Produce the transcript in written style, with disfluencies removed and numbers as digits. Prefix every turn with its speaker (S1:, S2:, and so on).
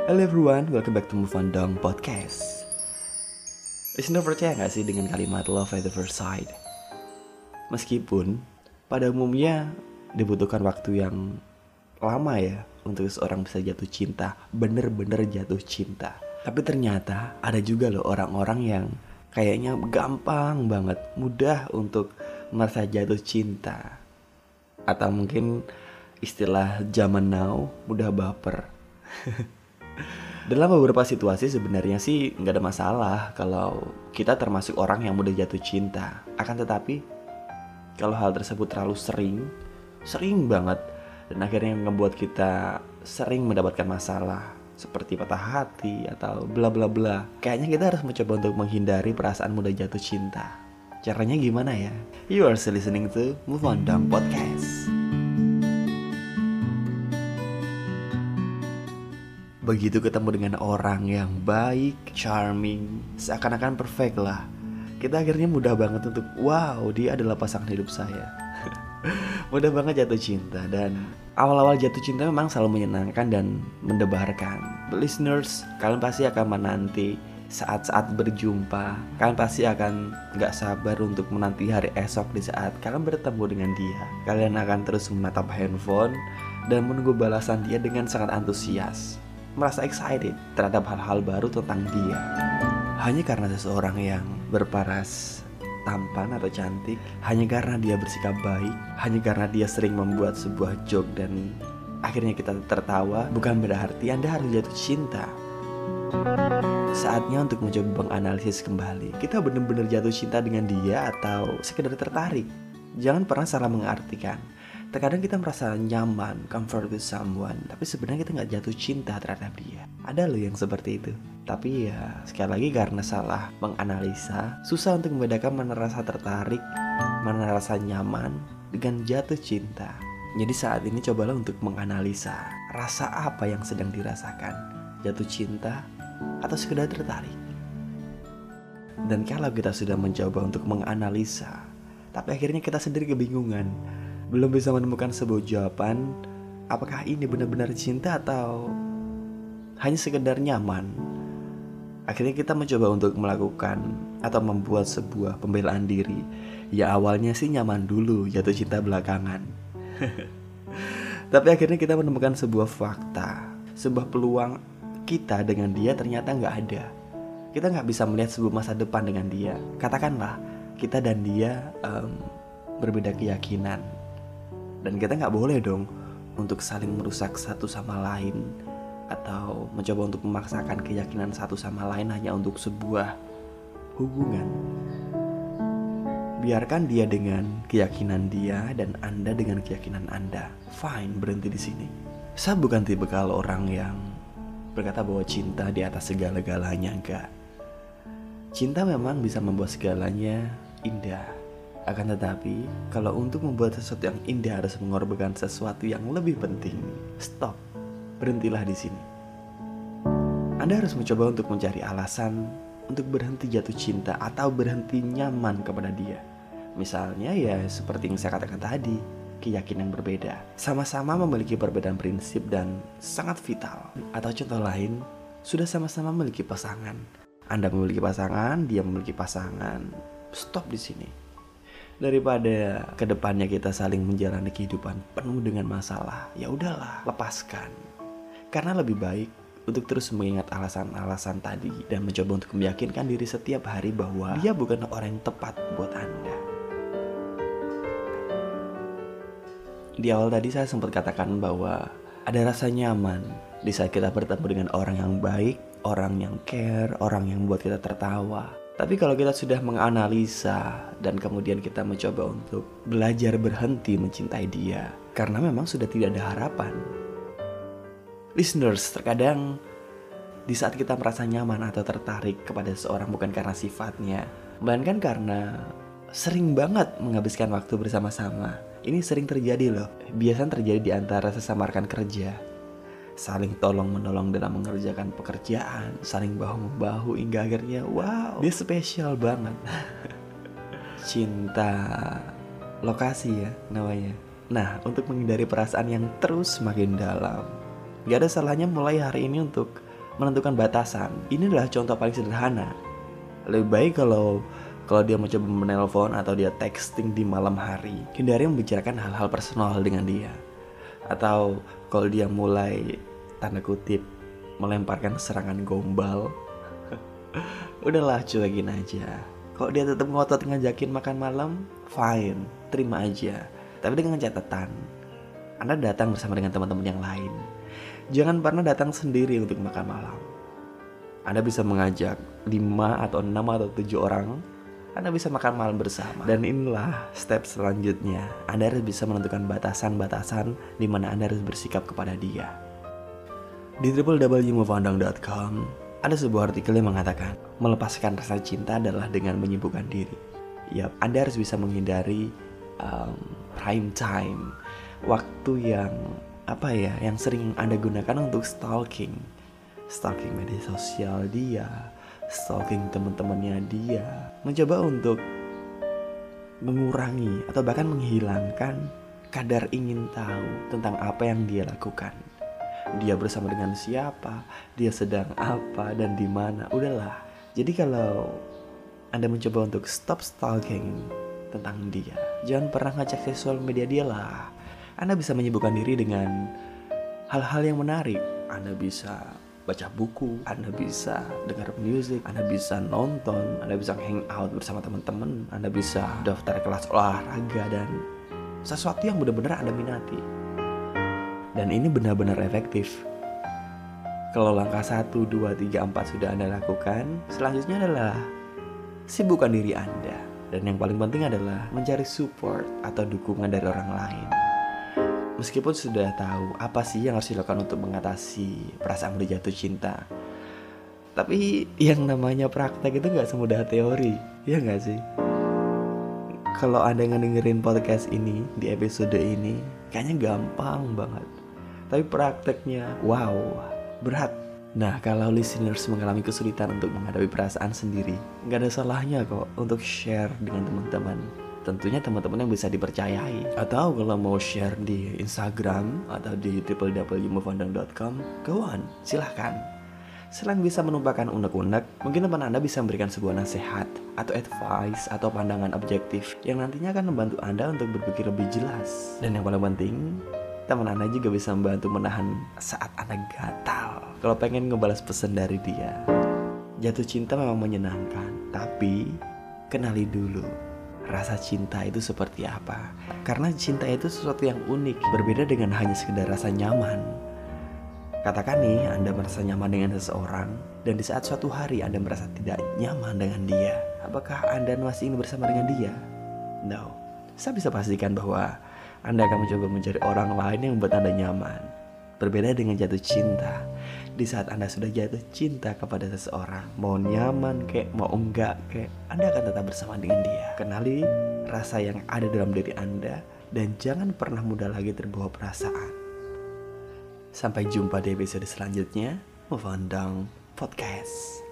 S1: Hello everyone, welcome back to Move On Dong Podcast. Listener, percaya gak sih dengan kalimat love at the first sight? Meskipun pada umumnya dibutuhkan waktu yang lama ya untuk seorang bisa jatuh cinta, bener-bener jatuh cinta. Tapi ternyata ada juga loh orang-orang yang kayaknya gampang banget, mudah untuk merasa jatuh cinta. Atau mungkin istilah zaman now, mudah baper. Dalam beberapa situasi sebenarnya sih nggak ada masalah kalau kita termasuk orang yang mudah jatuh cinta. Akan tetapi kalau hal tersebut terlalu sering banget, dan akhirnya ngebuat kita sering mendapatkan masalah seperti patah hati atau bla bla bla, kayaknya kita harus mencoba untuk menghindari perasaan mudah jatuh cinta. Caranya gimana ya? You are still listening to Move On Dong Podcast. Begitu ketemu dengan orang yang baik, charming, seakan-akan perfect lah, kita akhirnya mudah banget untuk wow, dia adalah pasangan hidup saya. Mudah banget jatuh cinta. Dan awal-awal jatuh cinta memang selalu menyenangkan dan mendebarkan. But listeners, kalian pasti akan menanti saat-saat berjumpa. Kalian pasti akan gak sabar untuk menanti hari esok di saat kalian bertemu dengan dia. Kalian akan terus menatap handphone dan menunggu balasan dia dengan sangat antusias, merasa excited terhadap hal-hal baru tentang dia. Hanya karena seseorang yang berparas tampan atau cantik, hanya karena dia bersikap baik, hanya karena dia sering membuat sebuah joke dan akhirnya kita tertawa, bukan berarti Anda harus jatuh cinta. Saatnya untuk mencoba menganalisis kembali, kita benar-benar jatuh cinta dengan dia atau sekedar tertarik. Jangan pernah salah mengartikan. Terkadang kita merasa nyaman, comfort with someone, tapi sebenarnya kita gak jatuh cinta terhadap dia. Ada loh yang seperti itu. Tapi ya, sekali lagi karena salah menganalisa, susah untuk membedakan mana rasa tertarik, mana rasa nyaman dengan jatuh cinta. Jadi saat ini cobalah untuk menganalisa rasa apa yang sedang dirasakan, jatuh cinta atau sekedar tertarik. Dan kalau kita sudah mencoba untuk menganalisa, tapi akhirnya kita sendiri kebingungan, belum bisa menemukan sebuah jawaban, apakah ini benar-benar cinta atau hanya sekedar nyaman. Akhirnya kita mencoba untuk melakukan atau membuat sebuah pembelaan diri. Ya awalnya sih nyaman dulu, jatuh cinta belakangan. Tapi akhirnya kita menemukan sebuah fakta, sebuah peluang kita dengan dia ternyata gak ada. Kita gak bisa melihat sebuah masa depan dengan dia. Katakanlah kita dan dia berbeda keyakinan, dan kita gak boleh dong untuk saling merusak satu sama lain atau mencoba untuk memaksakan keyakinan satu sama lain hanya untuk sebuah hubungan. Biarkan dia dengan keyakinan dia dan Anda dengan keyakinan Anda. Fine, berhenti di sini. Saya bukan tipe kalau orang yang berkata bahwa cinta di atas segala-galanya, enggak. Cinta memang bisa membuat segalanya indah. Akan tetapi, kalau untuk membuat sesuatu yang indah harus mengorbankan sesuatu yang lebih penting. Stop, berhentilah di sini. Anda harus mencoba untuk mencari alasan untuk berhenti jatuh cinta atau berhenti nyaman kepada dia. Misalnya ya seperti yang saya katakan tadi, keyakinan berbeda. Sama-sama memiliki perbedaan prinsip dan sangat vital. Atau contoh lain, sudah sama-sama memiliki pasangan. Anda memiliki pasangan, dia memiliki pasangan. Stop di sini. Daripada kedepannya kita saling menjalani kehidupan penuh dengan masalah, ya udahlah, lepaskan. Karena lebih baik untuk terus mengingat alasan-alasan tadi dan mencoba untuk meyakinkan diri setiap hari bahwa dia bukan orang yang tepat buat Anda. Di awal tadi saya sempat katakan bahwa ada rasa nyaman di saat kita bertemu dengan orang yang baik, orang yang care, orang yang membuat kita tertawa. Tapi kalau kita sudah menganalisa dan kemudian kita mencoba untuk belajar berhenti mencintai dia karena memang sudah tidak ada harapan. Listeners, terkadang di saat kita merasa nyaman atau tertarik kepada seseorang bukan karena sifatnya, melainkan karena sering banget menghabiskan waktu bersama-sama. Ini sering terjadi loh, biasanya terjadi di antara sesama rekan kerja. Saling tolong-menolong dalam mengerjakan pekerjaan, saling bahu-membahu hingga akhirnya wow, dia spesial banget. Cinta lokasi ya namanya. Nah, untuk menghindari perasaan yang terus semakin dalam, gak ada salahnya mulai hari ini untuk menentukan batasan. Ini adalah contoh paling sederhana. Lebih baik kalau dia mau coba menelpon atau dia texting di malam hari, hindari membicarakan hal-hal personal dengan dia. Atau kalau dia mulai tanda kutip melemparkan serangan gombal, udahlah cuekin aja. Kalau dia tetap ngotot ngajakin makan malam, fine, terima aja. Tapi dengan catatan, Anda datang bersama dengan teman-teman yang lain. Jangan pernah datang sendiri untuk makan malam. Anda bisa mengajak 5 atau 6 atau 7 orang. Anda bisa makan malam bersama. Dan inilah step selanjutnya. Anda harus bisa menentukan batasan-batasan di mana Anda harus bersikap kepada dia. Di www.moveondang.com ada sebuah artikel yang mengatakan melepaskan rasa cinta adalah dengan menyibukkan diri. Yap, Anda harus bisa menghindari prime time, waktu yang yang sering Anda gunakan untuk stalking media sosial dia, stalking teman-temannya dia, mencoba untuk mengurangi atau bahkan menghilangkan kadar ingin tahu tentang apa yang dia lakukan. Dia bersama dengan siapa, dia sedang apa dan di mana. Udahlah. Jadi kalau Anda mencoba untuk stop stalking tentang dia, jangan pernah ngecek sosial media dia lah. Anda bisa menyibukkan diri dengan hal-hal yang menarik. Anda bisa baca buku, Anda bisa dengar musik, Anda bisa nonton, Anda bisa hangout bersama teman-teman, Anda bisa daftar kelas olahraga dan sesuatu yang benar-benar Anda minati. Dan ini benar-benar efektif. Kalau langkah 1, 2, 3, 4 sudah Anda lakukan, selanjutnya adalah sibukkan diri Anda. Dan yang paling penting adalah mencari support atau dukungan dari orang lain. Meskipun sudah tahu apa sih yang harus dilakukan untuk mengatasi perasaan udah jatuh cinta, tapi yang namanya praktek itu gak semudah teori, ya gak sih? Kalau Anda ngedengerin podcast ini di episode ini, kayaknya gampang banget. Tapi prakteknya, wow, berat. Nah, kalau listeners mengalami kesulitan untuk menghadapi perasaan sendiri, gak ada salahnya kok untuk share dengan teman-teman. Tentunya teman-teman yang bisa dipercayai. Atau kalau mau share di Instagram atau di www.moveondang.com, go on, silahkan. Selain bisa menumpahkan unek-unek, mungkin teman Anda bisa memberikan sebuah nasihat atau advice atau pandangan objektif yang nantinya akan membantu Anda untuk berpikir lebih jelas. Dan yang paling penting, teman Anda juga bisa membantu menahan saat Anda gatal kalau pengen ngebalas pesan dari dia. Jatuh cinta memang menyenangkan, tapi kenali dulu rasa cinta itu seperti apa. Karena cinta itu sesuatu yang unik, berbeda dengan hanya sekedar rasa nyaman. Katakan nih, Anda merasa nyaman dengan seseorang, dan di saat suatu hari Anda merasa tidak nyaman dengan dia. Apakah Anda masih ingin bersama dengan dia? No. Saya bisa pastikan bahwa Anda akan mencoba mencari orang lain yang membuat Anda nyaman. Berbeda dengan jatuh cinta. Di saat Anda sudah jatuh cinta kepada seseorang, mau nyaman kek, mau enggak kek, Anda akan tetap bersama dengan dia. Kenali rasa yang ada dalam diri Anda, dan jangan pernah mudah lagi terbawa perasaan. Sampai jumpa di episode selanjutnya, Move On Down Podcast.